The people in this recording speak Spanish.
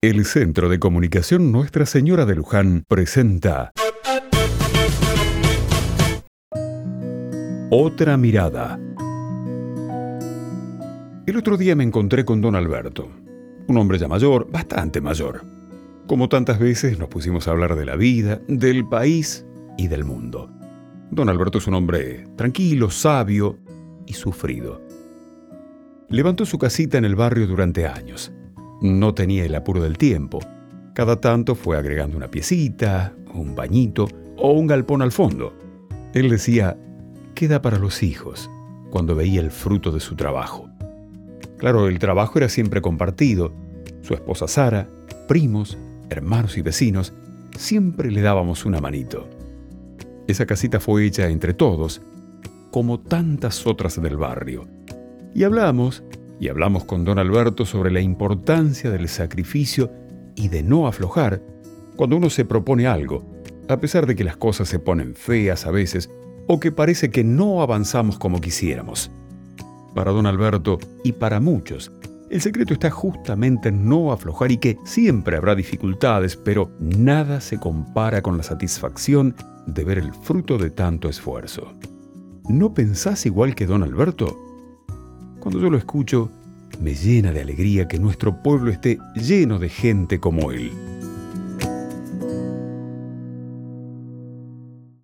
El Centro de Comunicación Nuestra Señora de Luján presenta Otra Mirada. El otro día me encontré con don Alberto, un hombre ya mayor, bastante mayor. Como tantas veces nos pusimos a hablar de la vida, del país y del mundo. Don Alberto es un hombre tranquilo, sabio y sufrido. Levantó su casita en el barrio durante años. No tenía el apuro del tiempo. Cada tanto fue agregando una piecita, un bañito o un galpón al fondo. Él decía, queda para los hijos, cuando veía el fruto de su trabajo. Claro, el trabajo era siempre compartido. Su esposa Sara, primos, hermanos y vecinos, siempre le dábamos una manito. Esa casita fue hecha entre todos, como tantas otras del barrio. Y hablamos con don Alberto sobre la importancia del sacrificio y de no aflojar cuando uno se propone algo, a pesar de que las cosas se ponen feas a veces o que parece que no avanzamos como quisiéramos. Para don Alberto y para muchos, el secreto está justamente en no aflojar y que siempre habrá dificultades, pero nada se compara con la satisfacción de ver el fruto de tanto esfuerzo. ¿No pensás igual que don Alberto? Cuando yo lo escucho, me llena de alegría que nuestro pueblo esté lleno de gente como él.